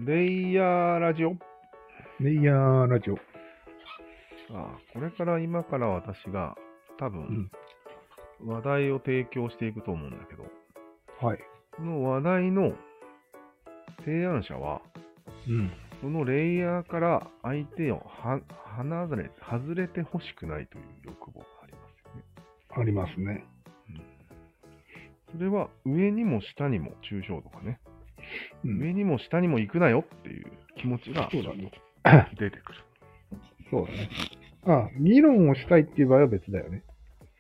レイヤーラジオ。 レイヤーラジオ。 これから今から私が多分話題を提供していくと思うんだけど、 はい。 この話題の提案者は、そのレイヤーから相手を外れてほしくないという欲望がありますよね。 ありますね。 それは上にも下にも抽象度がね、上うん。 にも下にも行くなよっていう気持ちがそうだね。 出てくる。 そうだね。議論をしたいっていう場合は別だよね。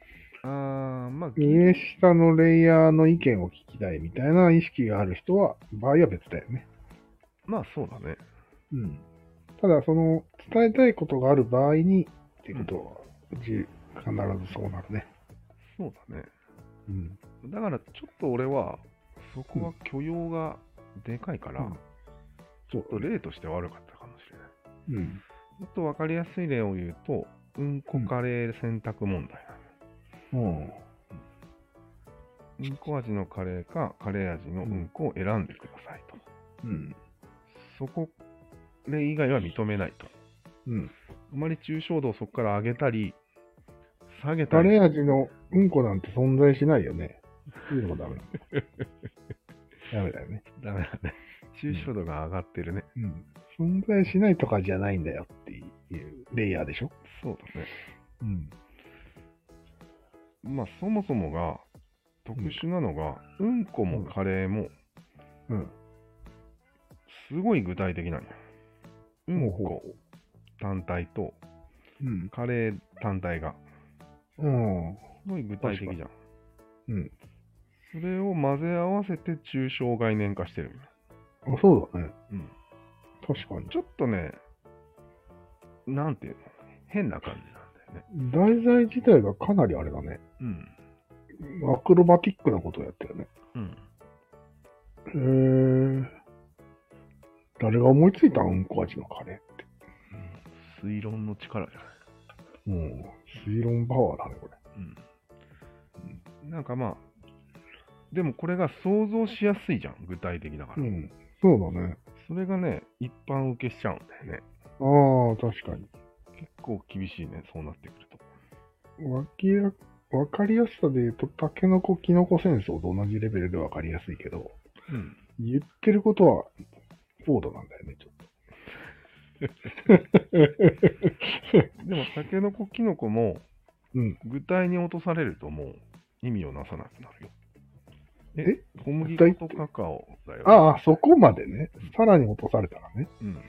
上下のレイヤーの意見を聞きたいみたいな意識がある人は、場合は別だよね。 まあそうだね。 ただ、その、伝えたいことがある場合に、っていうことは、必ずそうなるね。 そうだね。だからちょっと俺は、そこは許容がでかいから、ちょっと例として悪かったかもしれない。もっと分かりやすい例を言うと、うんこカレー選択問題なの。うんこ味のカレーか、カレー味のうんこを選んでくださいと。そこ以外は認めないと。あまり抽象度をそこから上げたり、下げたり。 カレー味のうんこなんて存在しないよね。いうのもダメだ。ダメだよね。 ダメだね。抽象度が上がってるね。 存在しないとかじゃないんだよっていうレイヤーでしょ。 そうだね。まあそもそもが特殊なのが、うんこもカレーも、すごい具体的なんよ。うんこ単体と、カレー単体が。すごい具体的じゃん。それを混ぜ合わせて抽象概念化してる。 そうだね。確かに。 ちょっとね、なんていうの、変な感じなんだよね。 題材自体がかなりあれだね。アクロバティックなことをやってるね。誰が思いついたうんこ味のカレーって。 推論の力じゃない。 推論パワーだね、これ。 なんかまあ、でもこれが想像しやすいじゃん、具体的だから。 そうだね。 それがね、一般受けしちゃうんだよね。 確かに。 結構厳しいね、そうなってくると。わかりやすさで言うと、タケノコキノコ戦争と同じレベルでわかりやすいけど、言ってることは、高度なんだよね、ちょっと。 でも、タケノコキノコも、具体に落とされるともう意味をなさなくなるよ。小麦粉とカカオだよ。 そこまでね。さらに落とされたらね。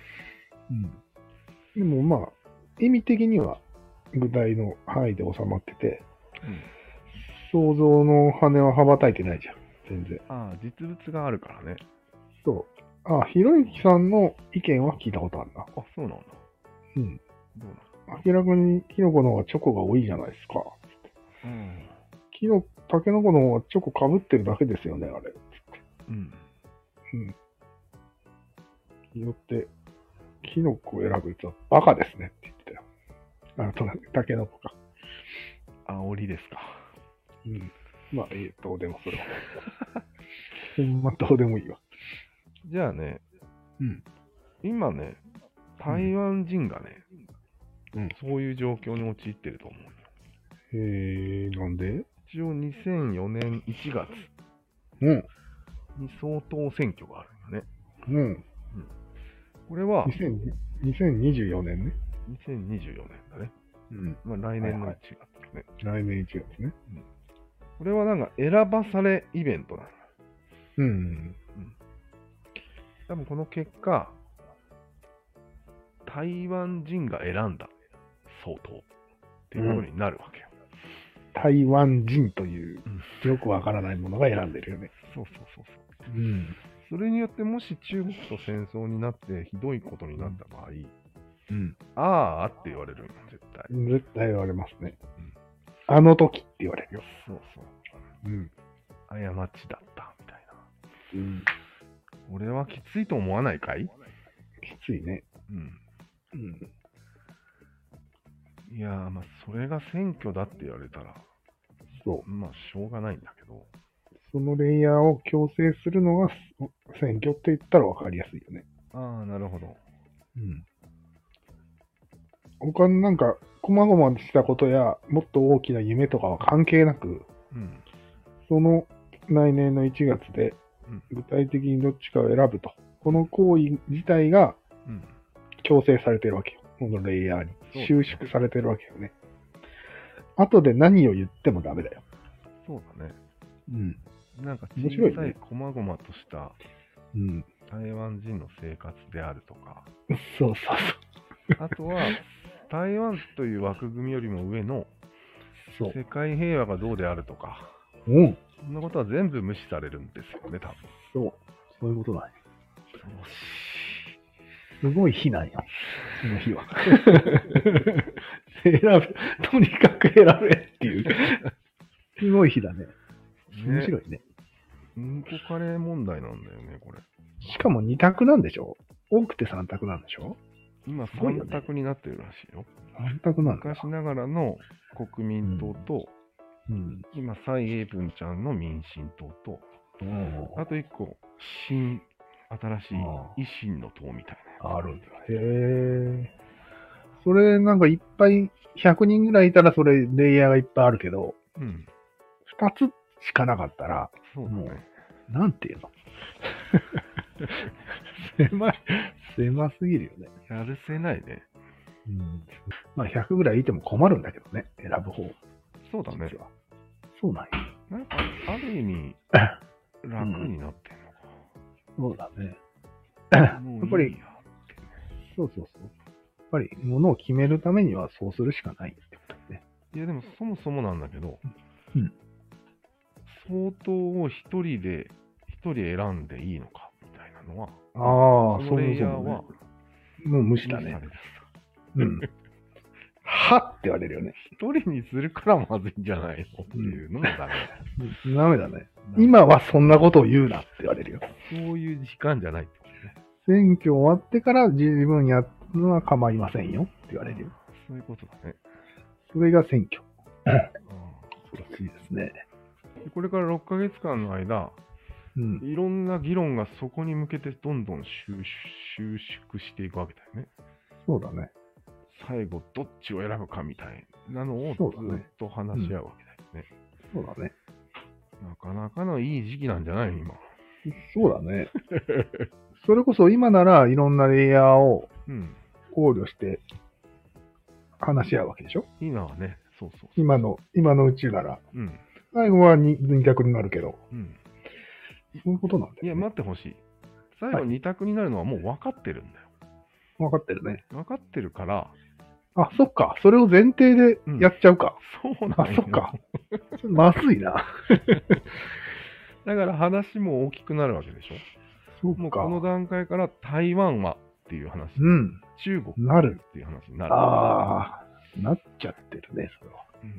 でもまあ、意味的には具体の範囲で収まってて、想像の羽は羽ばたいてないじゃん、全然。 実物があるからね。 そう。ひろゆきさんの意見は聞いたことあるな。 そうなんだ。 どうなの？明らかにキノコの方がチョコが多いじゃないですか。タケノコの方がチョコ被ってるだけですよね、あれ。よって、キノコを選ぶやつはバカですねって言ってたよ。タケノコか。 煽りですか。 まあ、どうでもそれは。ほんまどうでもいいわ。 じゃあね、今ね、台湾人がね、そういう状況に陥ってると思う。 なんで？ 一応2004年1月に総統選挙があるよね。これは 2024年ね。 2024年だね。来年の1月ね。 来年1月ね。 これはなんか選ばされイベントなの。多分この結果、台湾人が選んだ総統っていうことになるわけよ。 台湾人という、よくわからないものが選んでるよね。 そう。それによってもし中国と戦争になってひどいことになった場合、って言われるよ、絶対。 絶対言われますね。あの時って言われるよ。 過ちだったみたいな。俺はきついと思わないかい？ きついね。 いやー、まあそれが選挙だって言われたら、まあしょうがないんだけど。 そのレイヤーを強制するのが選挙って言ったらわかりやすいよね。 ああ、なるほど。 うん。他のなんか、細々したことや、もっと大きな夢とかは関係なく、 うん。 その来年の1月で、具体的にどっちかを選ぶと。この行為自体が強制されてるわけよ。このレイヤーに。収縮されてるわけよね。後で何を言ってもダメだよ。 そうだね。 うん。 なんか面白いね。 細々とした台湾人の生活であるとか。 そうそうそう。 あとは、台湾という枠組みよりも上の世界平和がどうであるとか。 うん。 そんなことは全部無視されるんですよね、多分。 そう。そういうことだね。すごい日なんよ。その日は。選べ、とにかく選べっていう。すごい日だね。面白いね。 うんこカレー問題なんだよね、これ。 しかも2択なんでしょ？多くて3択なんでしょ？ 今3択になってるらしいよ。 3択なんだ。 昔ながらの国民党と、今、蔡英文ちゃんの民進党と、あと1個、新しい維新の党みたいな。 あるんだ。へえ。それなんかいっぱい、100人ぐらいいたらそれレイヤーがいっぱいあるけど、2つしかなかったら、 そうだね。 もう、なんていうの狭すぎるよね。 やるせないね。 まあ100ぐらいいても困るんだけどね、選ぶ方。 そうだね。 そうなんや。 なんか、ある意味、楽になってんのか。 そうだね。やっぱり、そう。やっぱり、物を決めるためにはそうするしかないってことね。 いや、でもそもそもなんだけど、相当を一人選んでいいのかみたいなのは、そのレイヤーは、 もう無視だね。はって言われるよね。 一人にするからまずいんじゃないのっていうのもダメ。 ダメだね。今はそんなことを言うなって言われるよ。 そういう時間じゃないってことね。 選挙終わってから自分やるのは構いませんよって言われるよ。 そういうことだね。 それが選挙。恐ろしいですね。 これから6ヶ月間の間、いろんな議論がそこに向けてどんどん収縮していくわけだよね。 そうだね。 最後、どっちを選ぶかみたいなのをずっと話し合うわけだよね。 そうだね。 なかなかのいい時期なんじゃないの今。 そうだね。それこそ今ならいろんなレイヤーを考慮して話し合うわけでしょ？ 今はね、そう。 今のうちなら。最後は2択になるけど。そういうことなんだよね。 いや、待ってほしい。最後2択になるのはもう分かってるんだよ。 分かってるね。 分かってるから。 あ、そっか。それを前提でやっちゃうか。 そうなんだよ。 あ、そっか。まずいな。 だから話も大きくなるわけでしょ。 そうか。 もうこの段階から台湾はっていう話。中国なるっていう話になる。 ああ、なっちゃってるね、それ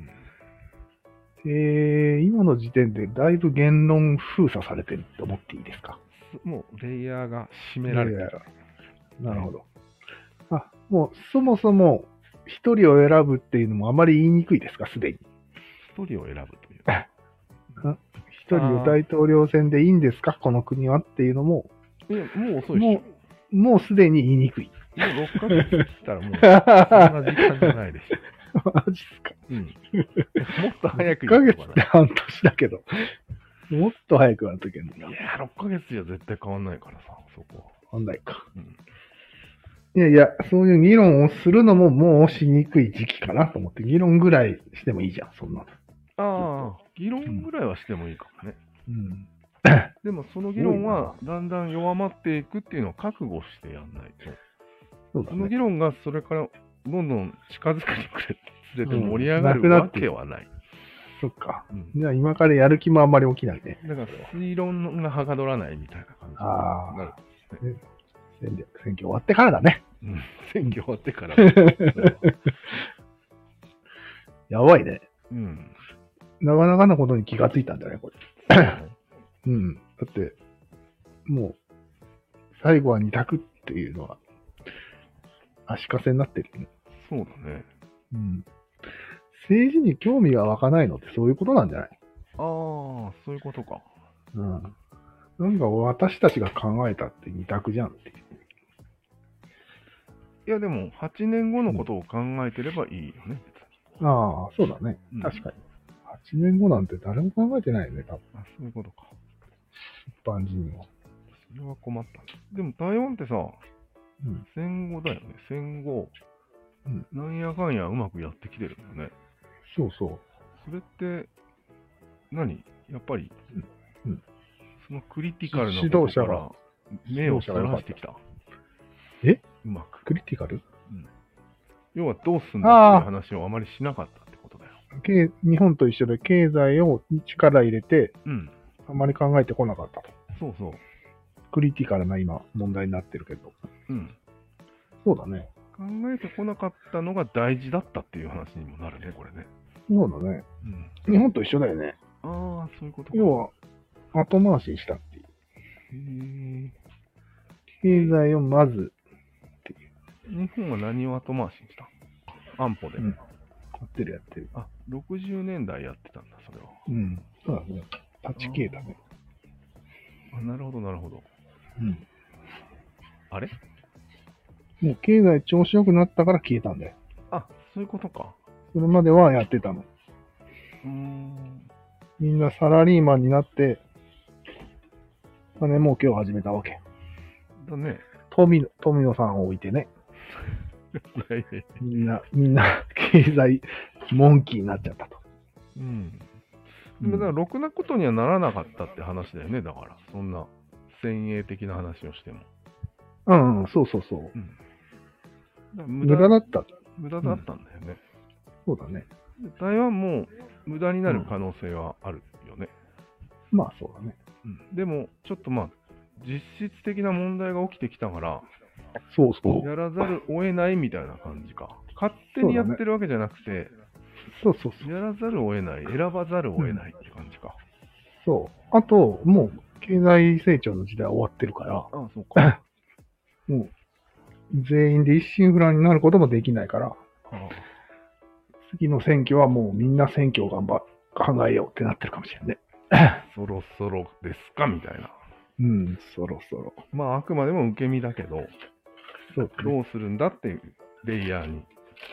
は。今の時点でだいぶ言論封鎖されてるって思っていいですか？ もうレイヤーが締められてる。 なるほど。あ、もうそもそも一人を選ぶっていうのもあまり言いにくいですか、すでに。 一人を選ぶという。 一人を大統領選でいいんですか、この国はっていうのも。 いや、もう遅いし。 もうすでに言いにくい。 もう6ヶ月したらもう、そんな時間じゃないでしょ。マジっすか。 もっと早く言う。6ヶ月って半年だけど、もっと早くやるときは。 いや、6ヶ月じゃ絶対変わんないからさ、そこは。 変わんないか。いや、そういう議論をするのももうしにくい時期かなと思って、議論ぐらいしてもいいじゃん、そんなの。 ああ、議論ぐらいはしてもいいかもね。でもその議論はだんだん弱まっていくっていうのを覚悟してやんないと。その議論がそれからどんどん近づくにつれて盛り上がるわけはない。 そっか。じゃあ今からやる気もあんまり起きないね。 だから推論がはかどらないみたいな感じになるんですね。 選挙終わってからだね。 選挙終わってから。 やばいね。なかなかなことに気がついたんじゃないこれ。だって、もう、最後は2択っていうのは、足かせになってるよね。 そうだね。 政治に興味が湧かないのってそういうことなんじゃない？ ああ、そういうことか。 なんか私たちが考えたって2択じゃんっていう。 いやでも、8年後のことを考えてればいいよね、別に。ああ、そうだね。確かに。8年後なんて誰も考えてないよね、多分。 あ、そういうことか。 一般人は。 それは困ったね。でも台湾ってさ、戦後だよね。戦後、なんやかんやうまくやってきてるんだね。 そうそう。 それって、やっぱり、そのクリティカルなことから目をそらしてきた。うまく。 クリティカル？ 要はどうすんだっていう話をあまりしなかったってことだよ。 日本と一緒で経済を力入れて、あまり考えてこなかったと。 そうそう。 クリティカルな今問題になってるけど。そうだね。 考えてこなかったのが大事だったっていう話にもなるね、これね。 そうだね。日本と一緒だよね。 ああ、そういうことか。 要は、後回しにしたっていう。経済をまずっていう。 日本は何を後回しにした？安保で。 やってる。 あ、60年代やってたんだ、それは。 そうだね。8系だね。 あ、なるほど、なるほど。あれ？ もう経済調子良くなったから消えたんだよ。 あ、そういうことか。 それまではやってたの。みんなサラリーマンになって、金儲けを始めたわけ。 だね。 富野さんを置いてね。みんな経済モンキーになっちゃったと。 でもだから、ろくなことにはならなかったって話だよね、だから。そんな、先鋭的な話をしても。 そうそうそう。無駄だった。 無駄だったんだよね。 そうだね。 台湾も無駄になる可能性はあるよね。 まあそうだね。 でも、ちょっと実質的な問題が起きてきたから、やらざるを得ないみたいな感じか。勝手にやってるわけじゃなくて、やらざるを得ない、選ばざるを得ないって感じか。 そう。あと、もう、経済成長の時代は終わってるから、 あ、そうか。 もう、全員で一心不乱になることもできないから、次の選挙はもうみんな選挙を考えようってなってるかもしれないね。 そろそろですかみたいな。 そろそろ。 まあ、あくまでも受け身だけど、 どうするんだっていうレイヤーに。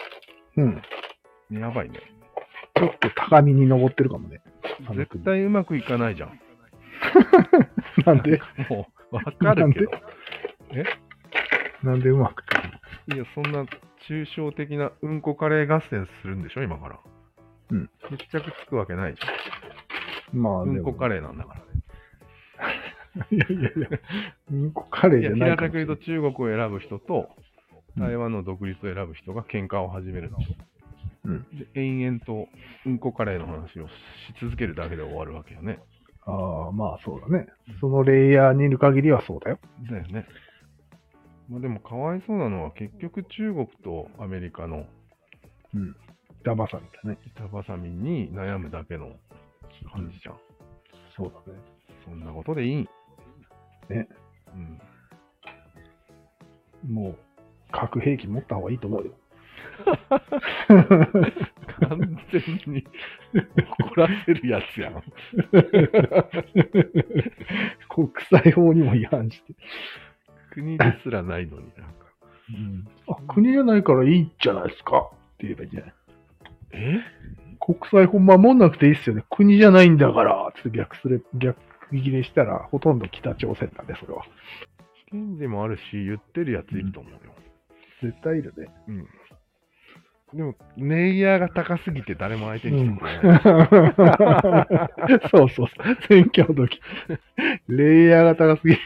やばいね。 ちょっと高みに登ってるかもね。 絶対うまくいかないじゃん。 なんで？ もう、わかるけど。 なんでうまく？ いや、そんな抽象的なうんこカレー合戦するんでしょ、今から。決着つくわけないじゃん。うんこカレーなんだから。 いや、うんこカレーじゃない。 平たく言うと中国を選ぶ人と、台湾の独立を選ぶ人が喧嘩を始めるの。で延々とうんこカレーの話をし続けるだけで終わるわけよね。 まあそうだね。そのレイヤーにいる限りはそうだよ。 だよね。でもかわいそうなのは結局中国とアメリカの板挟みだね。 板挟みに悩むだけの感じじゃん。 そうだね。 そんなことでいい。 ね。もう核兵器持った方がいいと思うよ。 完全に怒らせるやつやん。 国際法にも違反して。 国ですらないのに国じゃないからいいんじゃないですかって言えばいいんじゃない？国国際法守んなくていいっすよね。国じゃないんだからって逆切れしたらほとんど北朝鮮なんで、それは。 権利もあるし、言ってるやついると思うよ。 絶対いるね。 でも、レイヤーが高すぎて誰も相手にしてくれない。 そう。選挙の時。レイヤーが高すぎる。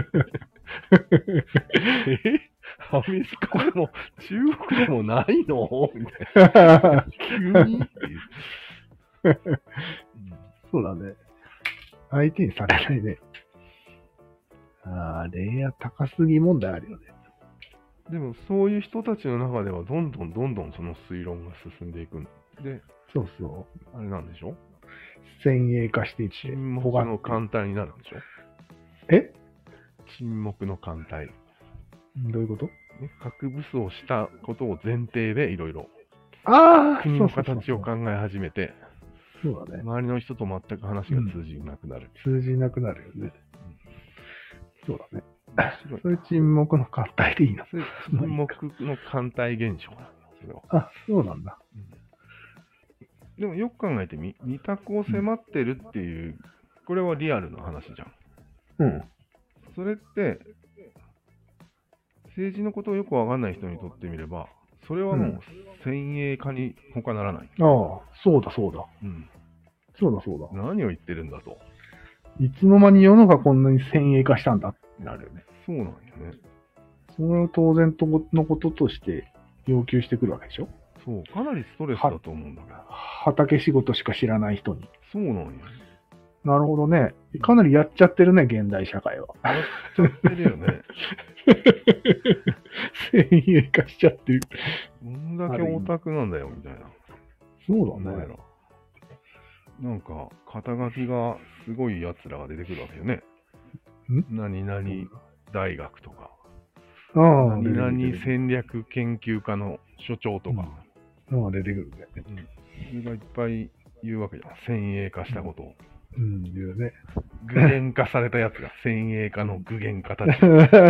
アメリカでも中国でもないのみたいな。急にっていう。 そうだね。相手にされないね。レイヤー高すぎ問題あるよね。 でもそういう人たちの中ではどんどんその推論が進んでいくんで、 そう。 あれなんでしょ？ 先鋭化していって、 沈黙の艦隊になるんでしょ？沈黙の艦隊。 どういうこと？ 核武装したことを前提でいろいろ国の形を考え始めて、 そうだね。 周りの人と全く話が通じなくなる。 通じなくなるよね。 そうだね。 面白い。 それ沈黙の艦隊でいいの。 それ沈黙の艦隊現象なんだ、それは。 あ、そうなんだ。 でもよく考えてみ、二択を迫ってるっていう、これはリアルな話じゃん。 うん。 それって、政治のことをよくわかんない人にとってみれば、それはもう先鋭化に他ならない。 ああ、そうだそうだ。 うん。 そうだそうだ。 何を言ってるんだと。 いつの間に世の中こんなに先鋭化したんだってなるよね。 そうなんよね。 それを当然のこととして要求してくるわけでしょ。 そう、かなりストレスだと思うんだけど。 畑仕事しか知らない人に。 そうなんよ。 なるほどね。かなりやっちゃってるね、現代社会は。 やっちゃってるよね。 先鋭化しちゃってる。 どんだけオタクなんだよ、みたいな。 そうお前ら。なんか、肩書きがすごい奴らが出てくるわけよね。何々大学とか。何々戦略研究科の所長とか。 出てくるね。 それがいっぱい言うわけじゃん。先鋭化したことを。 言うね。 具現化されたやつが先鋭化の具現化たち。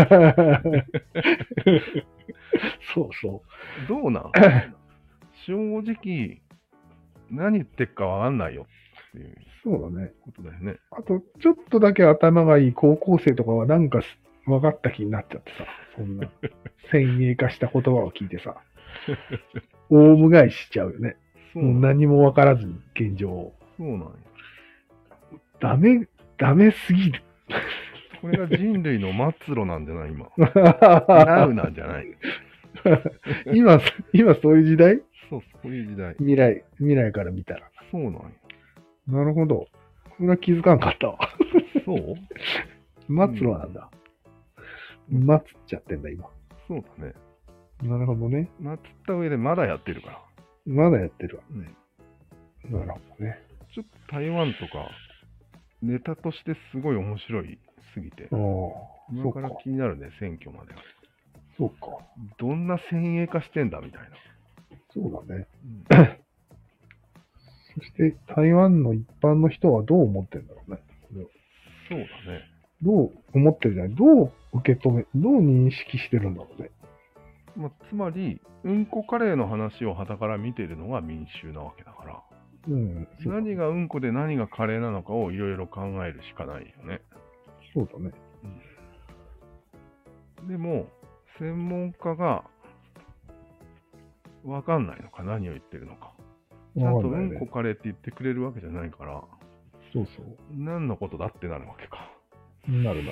そうそう。 どうなん正直、何言ってっかわかんないよっていうそうだね。 ことだよね。 あと、ちょっとだけ頭がいい高校生とかはなんか分かった気になっちゃってさ、そんな先鋭化した言葉を聞いてさ、オウム返ししちゃうよね。もう何も分からずに現状を。 そうなんよ。 ダメすぎる。 これが人類の末路なんじゃない今。ナウなんじゃない今そういう時代？ そういう時代。 未来から見たら。 そうなんよ。 なるほど。これは気づかんかったわ。 そう末路なんだ。待っちゃってんだ、今。 そうだね。 なるほどね。 待った上でまだやってるから。 まだやってるわ。 なるほどね。 ちょっと台湾とか、ネタとしてすごい面白いすぎて。今から気になるね、選挙までは。 そうか。 どんな先鋭化してんだみたいな。 そうだね。そして、台湾の一般の人はどう思ってるんだろうね。 そうだね。 どう思ってるじゃない、どう受け止め、どう認識してるんだろうね。 つまり、うんこカレーの話を傍から見てるのが民衆なわけだから、何がうんこで何がカレーなのかをいろいろ考えるしかないよね。 そうだね。 でも、専門家がわかんないのか、何を言ってるのか。ちゃんとうんこカレーって言ってくれるわけじゃないから、 そうそう。 何のことだってなるわけか。 なる。 難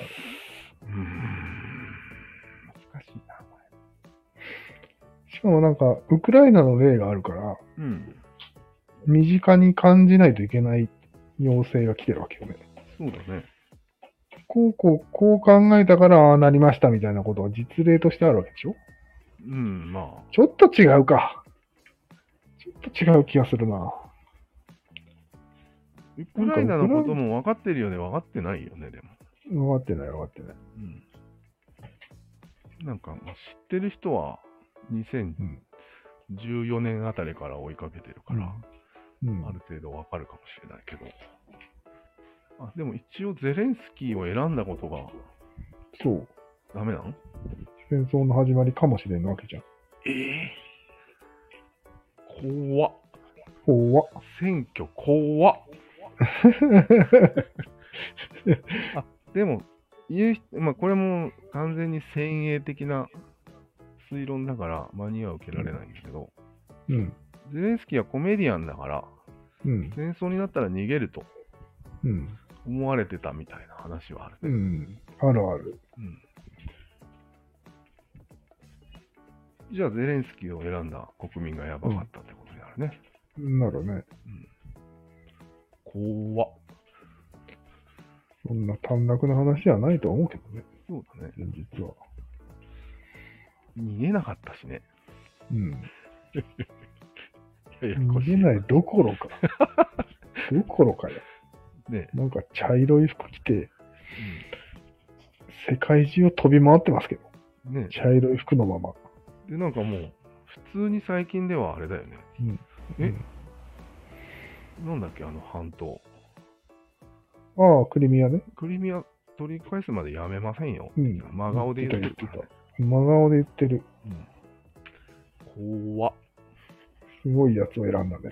しいな、これ。しかもなんか、ウクライナの例があるから、身近に感じないといけない要請が来てるわけよね。 そうだね。 こう考えたからああなりましたみたいなことが実例としてあるわけでしょ？ちょっと違うか。ちょっと違う気がするな。 ウクライナのことも分かってるよね、分かってないよね、でも。分かってない。 なんか、知ってる人は2014年あたりから追いかけてるから、ある程度分かるかもしれないけど。でも一応ゼレンスキーを選んだことが、ダメなの？ 戦争の始まりかもしれんわけじゃん。怖っ。 選挙怖っ。でも、これも完全に先鋭的な推論だから真には受けられないんだけど、ゼレンスキーはコメディアンだから、戦争になったら逃げると思われてたみたいな話はあるね。 ある。 じゃあゼレンスキーを選んだ国民がやばかったってことになるね。 なるね。 怖っ。 そんな短絡な話じゃないとは思うけどね。 そうだね。 実は。 逃げなかったしね。 逃げないどころか。よ。ね。なんか茶色い服着て、世界中を飛び回ってますけど。ね。茶色い服のまま。 で、なんかもう、普通に最近ではあれだよね。なんだっけ、あの半島。 クリミアね。 クリミア取り返すまでやめませんよ。 うん。 真顔で言ってるからね。 真顔で言ってる。 うん。怖っ。 すごいやつを選んだね。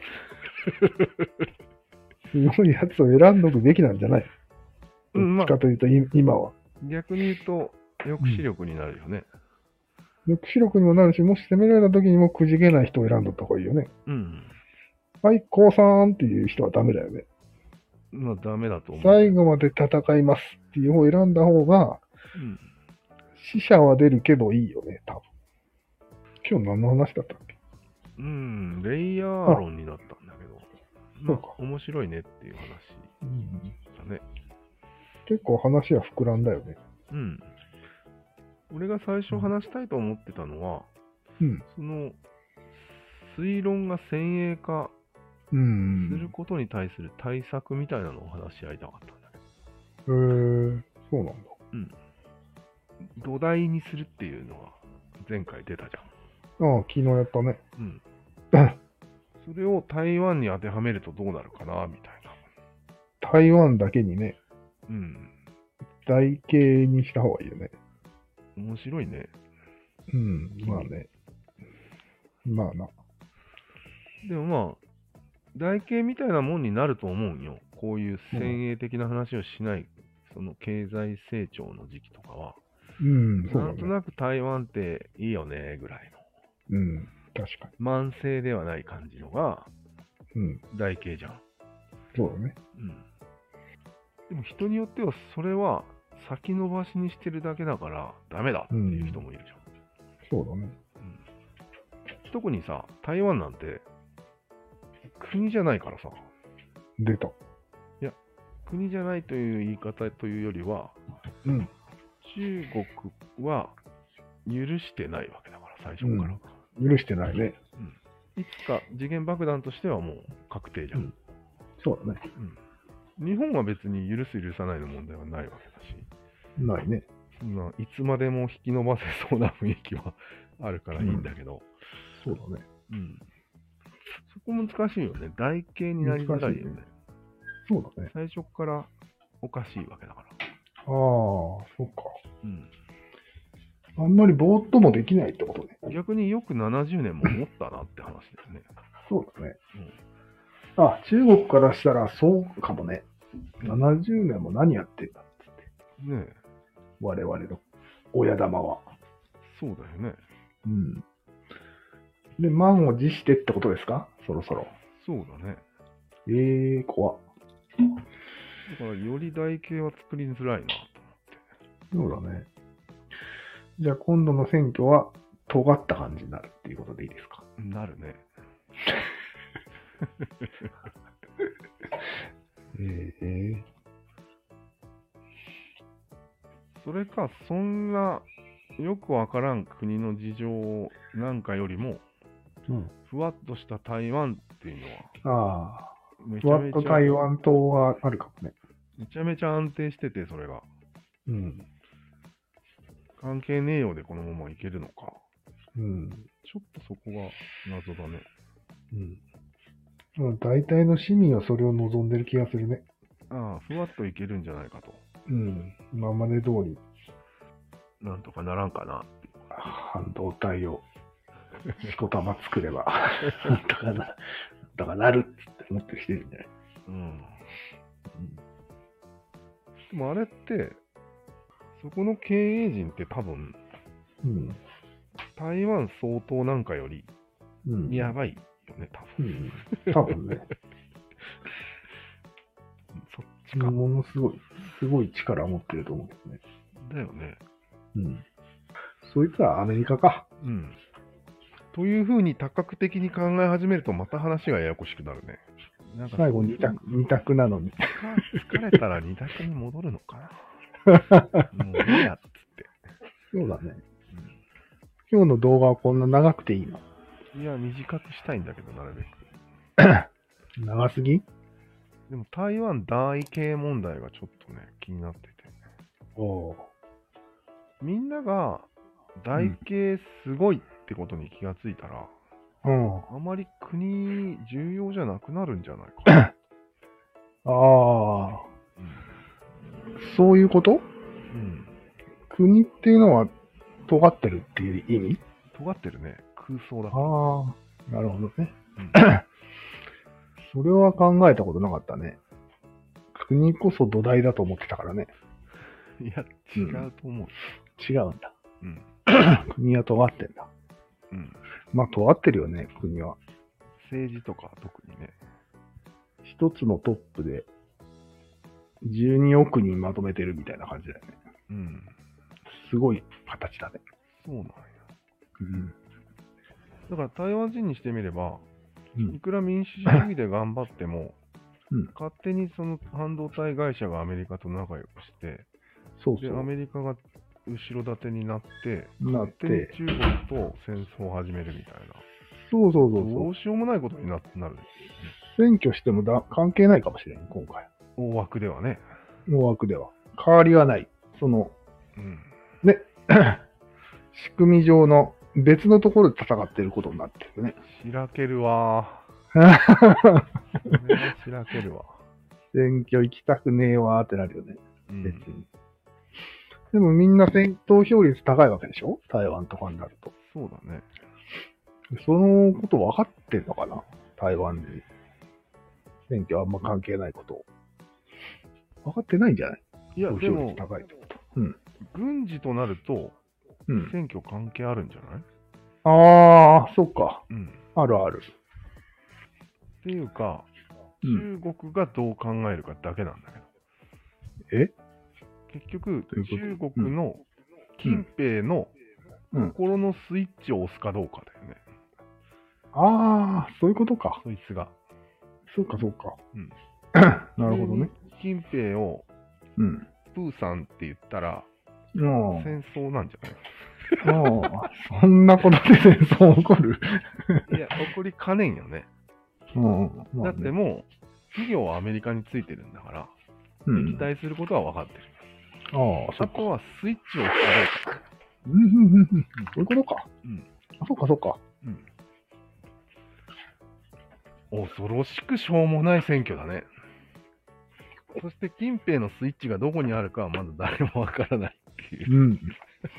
すごいやつを選んどくべきなんじゃない？どっちかというと、今は。 逆に言うと、抑止力になるよね。 抑止力にもなるし、もし攻められた時にもくじけない人を選んどった方がいいよね。 うん。 はい、降参っていう人はダメだよね。 まあ、ダメだと思う。 最後まで戦いますっていう方を選んだ方が、死者は出るけどいいよね、多分。今日何の話だったっけ？ レイヤー論になったんだけど、 そうか。 面白いねっていう話だね。 結構話は膨らんだよね。 俺が最初話したいと思ってたのは、その、推論が先鋭化することに対する対策みたいなのを話し合いたかったんだけど。 そうなんだ。 土台にするっていうのが前回出たじゃん。ああ、昨日やったね。 それを台湾に当てはめるとどうなるかな、みたいな。台湾だけにね。台形にした方がいいよね。 面白いね。 まあね。まあな。 でもまあ、台形みたいなもんになると思うんよ。こういう先鋭的な話をしない、その経済成長の時期とかは。 そうだね。 なんとなく台湾っていいよね、ぐらいの。確かに。 慢性ではない感じのが、台形じゃん。 そうだね。 でも人によってはそれは先延ばしにしてるだけだからダメだっていう人もいるじゃん。 そうだね。 特にさ、台湾なんて国じゃないからさ。 出た。 いや、国じゃないという言い方というよりは、中国は許してないわけだから、最初から。 許してないね。 いつか時限爆弾としてはもう確定じゃん。 そうだね。 日本は別に許す許さないの問題はないわけだし。 ないね。 いつまでも引き伸ばせそうな雰囲気はあるからいいんだけど。 そうだね。 そこ難しいよね。台形になりづらいよね。 そうだね。 最初からおかしいわけだから。 ああ、そうか。あんまりぼーっともできないってことね。 逆によく70年も持ったなって話だよね。 そうだね。中国からしたらそうかもね。70年も何やってんだっつって。 ねえ。 我々の親玉は。 そうだよね。 で、満を持してってことですか？そろそろ。 そうだね。 怖っ。 だからより台形は作りづらいなと思って。そうだね。じゃあ今度の選挙は尖った感じになるっていうことでいいですか？ なるね。それか、そんなよくわからん国の事情なんかよりも、ふわっとした台湾っていうのは、 ふわっと台湾島があるかもね。 めちゃめちゃ安定してて、それが。関係ねえようでこのままいけるのか。ちょっとそこが謎だね。 大体の市民はそれを望んでる気がするね。 ふわっといけるんじゃないかと。 今まで通り。 なんとかならんかな。 半導体を一玉作れば、なんとかなるって思ってきてるんじゃない？ でもあれって、そこの経営陣って多分、台湾総統なんかより、やばいよね、 多分ね。 そっちか。 ものすごい力を持ってると思うけどね。 だよね。 そいつはアメリカか。 というふうに多角的に考え始めるとまた話がややこしくなるね。 なんか最後二択なのに。 疲れたら二択に戻るのかな。もういいやっつって。 そうだね。今日の動画はこんな長くていいの？ いや、短くしたいんだけど、なるべく。 長すぎ？ でも台湾台形問題がちょっとね、気になってて。みんなが台形すごいってことに気がついたら、あまり国重要じゃなくなるんじゃないかな。 そういうこと？ 国っていうのは尖ってるっていう意味？ 尖ってるね。空想だから。 ああ、なるほどね。 うん、 それは考えたことなかったね。国こそ土台だと思ってたからね。 いや、違うと思う。 違うんだ。 うん。 国は尖ってんだ。 うん。 まあ、尖ってるよね、国は。 政治とか特にね。 一つのトップで12億人まとめてるみたいな感じだよね。 うん。 すごい形だね。 そうなんや。 うん。 だから台湾人にしてみれば、 うん、 いくら民主主義で頑張っても、 うん、 勝手にその半導体会社がアメリカと仲良くして、 そうそう。 で、アメリカが後ろ盾になって、 なって、 勝手に中国と戦争を始めるみたいな。 そうそうそうそう。 どうしようもないことになる。 選挙しても関係ないかもしれん、今回。 大枠ではね。 大枠では。変わりはない。その、 うん、 ね、仕組み上の別のところで戦っていることになってるね。 しらけるわー。しらけるわ。 選挙行きたくねえわーってなるよね。 うん、 別に。でもみんな投票率高いわけでしょ？台湾とかになると。 そうだね。 そのこと分かってんのかな？台湾で。選挙あんま関係ないことを。分かってないんじゃない？ いや、でも、 高いってこと。うん。 軍事となると、 うん、 選挙関係あるんじゃない？ ああ、そっか。 うん。 あるある。 っていうか、 うん、 中国がどう考えるかだけなんだけど。 結局、中う国の近辺の心のスイッチを押すかどうかだよね。 ああ、そういうことか。 そいつが。 そうか、そうか。 うん。 なるほどね。 近辺を、 うん。 プーさんって言ったら、 戦戦争なんじゃない？ そんなことで戦争起こる？ いや、起こりかねんよね。だってもう、企業はアメリカについてるんだから、敵対することは分かってる。あとはスイッチを押すかどうか。 そういうことか。そうか、そうか。 恐ろしくしょうもない選挙だね。そして近辺のスイッチがどこにあるかはまだ誰もわからないっていう。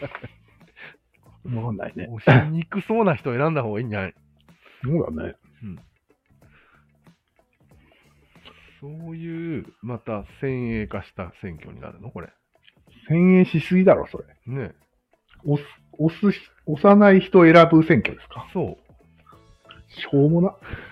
わかんないね。 押しにくそうな人を選んだ方がいいんじゃない？ そうだね。 そういう、また先鋭化した選挙になるのこれ。 先鋭しすぎだろ、それ。 ね。 押さない人を選ぶ選挙ですか？ そう。 しょうもな。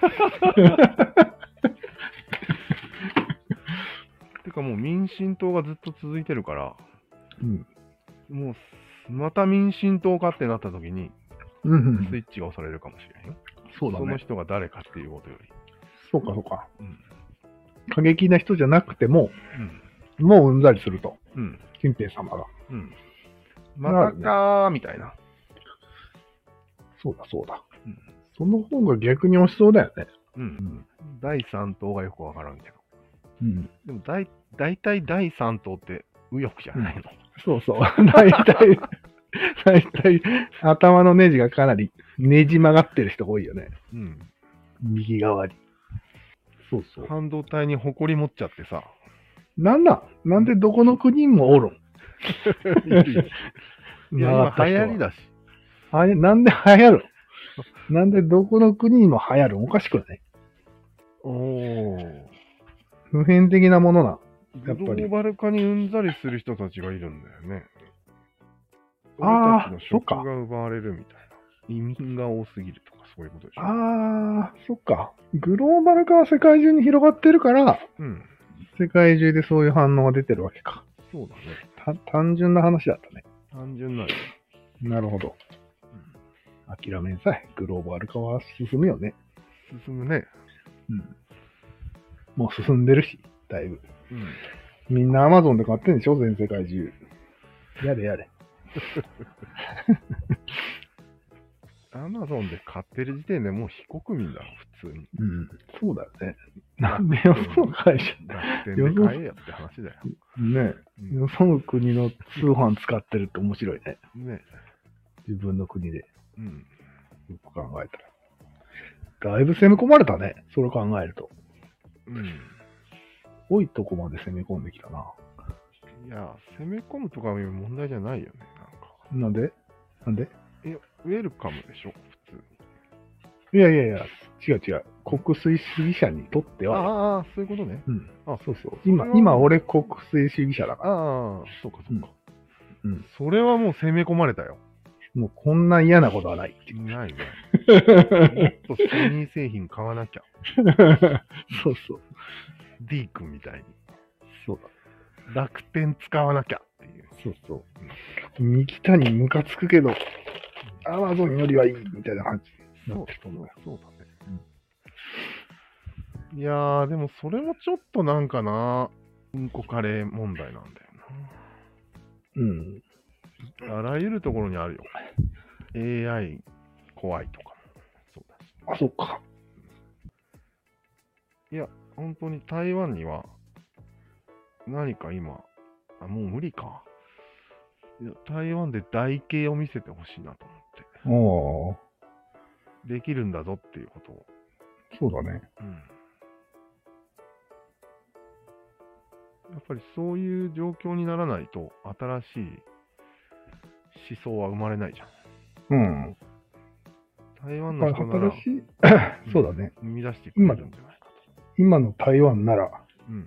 てかもう民進党がずっと続いてるから、もうまた民進党かってなった時に、スイッチが押されるかもしれないよ。 そうだね。 その人が誰かっていうことより。 そうか、そうか。過激な人じゃなくても、もううんざりすると。近平様が。 またかーみたいな。 そうだ、そうだ。その方が逆に押しそうだよね。 第3党がよくわからんけど。でも大体第3党って右翼じゃないの。 そうそう。大体頭のネジがかなりねじ曲がってる人が多いよね。右側に。そうそう。 半導体に誇り持っちゃってさ。 なんでどこの国もおるん？ いや、今流行りだし。 なんで流行る？なんでどこの国にも流行る？おかしくない？普遍的なものな。 やっぱり。グローバル化にうんざりする人たちがいるんだよね。 俺たちの職が奪われるみたいな。移民が多すぎるとかそういうことでしょ。 そっか。グローバル化は世界中に広がってるから、世界中でそういう反応が出てるわけか。 そうだね。単純な話だったね。 単純なよ。 なるほど。諦めんさい。グローバル化は進むよね。 進むね。 もう進んでるし、だいぶ。みんなアマゾンで買ってんでしょ？全世界中。やれ。 アマゾンで買ってる時点でもう非国民だろ、普通に。 そうだよね。なんでよその会社。 楽天で買えよって話だよ。 ねえ。よその国の通販使ってるって面白いね。自分の国で。よく考えたら。だいぶ攻め込まれたね。それを考えると。多いとこまで攻め込んできたな。 いや、攻め込むとかいう問題じゃないよね、 なんでウェルカムでしょ、普通に。いや、違う。国粋主義者にとっては。 ああ、そういうことね。 そう。今俺国粋主義者だから。 ああ、そうか。 それはもう攻め込まれたよ。 もうこんな嫌なことはない。 ないね。もっとソニー製品買わなきゃ。 そう。 D 君みたいに。 そうだ。楽天使わなきゃっていう。 そう。三木谷ムカつくけど、アマゾンよりはいいみたいな感じになってると思う。 そうだね。いやー、でもそれもちょっとなんかな、うんこカレー問題なんだよな。あらゆるところにあるよ。AI 怖いとかも。そうだし。 あ、そっか。 いや、本当に台湾には、何か今、もう無理か。いや、台湾で台形を見せてほしいなと思って。できるんだぞっていうことを。 そうだね。 やっぱりそういう状況にならないと、新しい思想は生まれないじゃん。台湾の人なら、 そうだね。 生み出してくれるんじゃないかと。 今の台湾なら。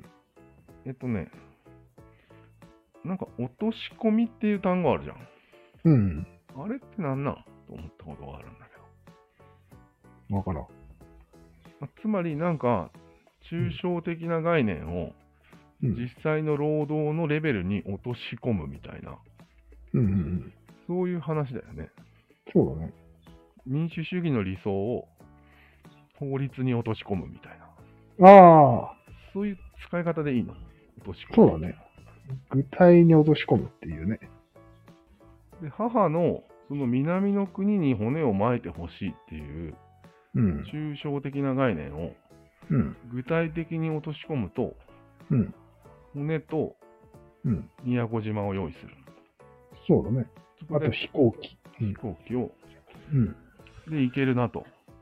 なんか落とし込みっていう単語あるじゃん。あれってなんなんと思ったことがあるんだけど。 わからん。 つまりなんか、抽象的な概念を、実際の労働のレベルに落とし込むみたいな、そういう話だよね。 そうだね。 民主主義の理想を法律に落とし込むみたいな。そういう使い方でいいの？落とし込む。 そうだね。具体に落とし込むっていうね。 で、母のその南の国に骨を撒いてほしいっていう、抽象的な概念を具体的に落とし込むと、骨と宮古島を用意する。 そうだね。あと飛行機。 飛行機を、で行けるなと。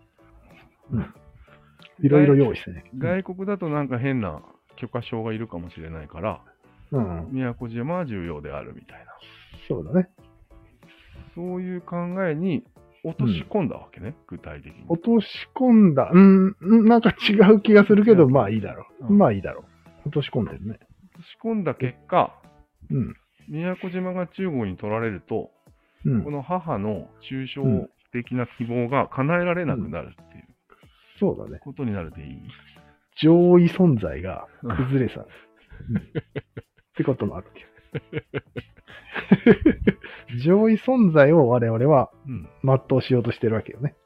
いろいろ用意してね。 外国だとなんか変な許可証がいるかもしれないから、宮古島は重要であるみたいな。 そうだね。 そういう考えに落とし込んだわけね、具体的に。 落とし込んだ。なんか違う気がするけど、まあいいだろう。落とし込んでるね。 落とし込んだ結果、宮古島が中国に取られると、この母の抽象的な希望が叶えられなくなるっていう、 そうだね。 ことになるでいい。 上位存在が崩れさ、ってこともあるけど。上位存在を我々は全うしようとしてるわけよね。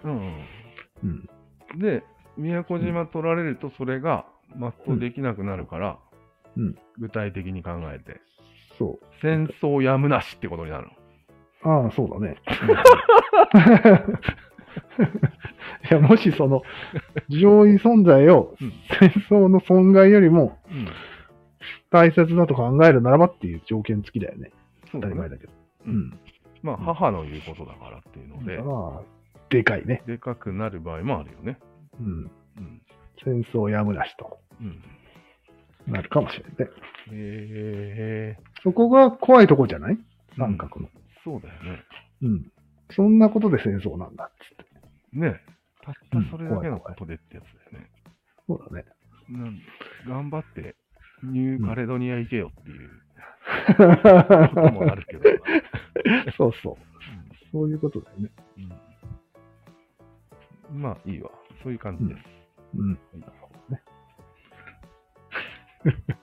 で、宮古島取られるとそれが全うできなくなるから、具体的に考えて、戦争やむなしってことになるの。そうだね。いや、もしその上位存在を戦争の損害よりも大切だと考えるならばっていう条件付きだよね。当たり前だけど。 まあ、母の言うことだからっていうので、 でかいね。 でかくなる場合もあるよね。 戦争やむなしとなるかもしれないね。そこが怖いとこじゃない？三角の。 そうだよね。 そんなことで戦争なんだっつって。 ねえ。たったそれだけのことでってやつだよね。 そうだね。 頑張ってニューカレドニア行けよっていうこともあるけど。 そう。そういうことだよね。 まあいいわ。そういう感じです。 いいね。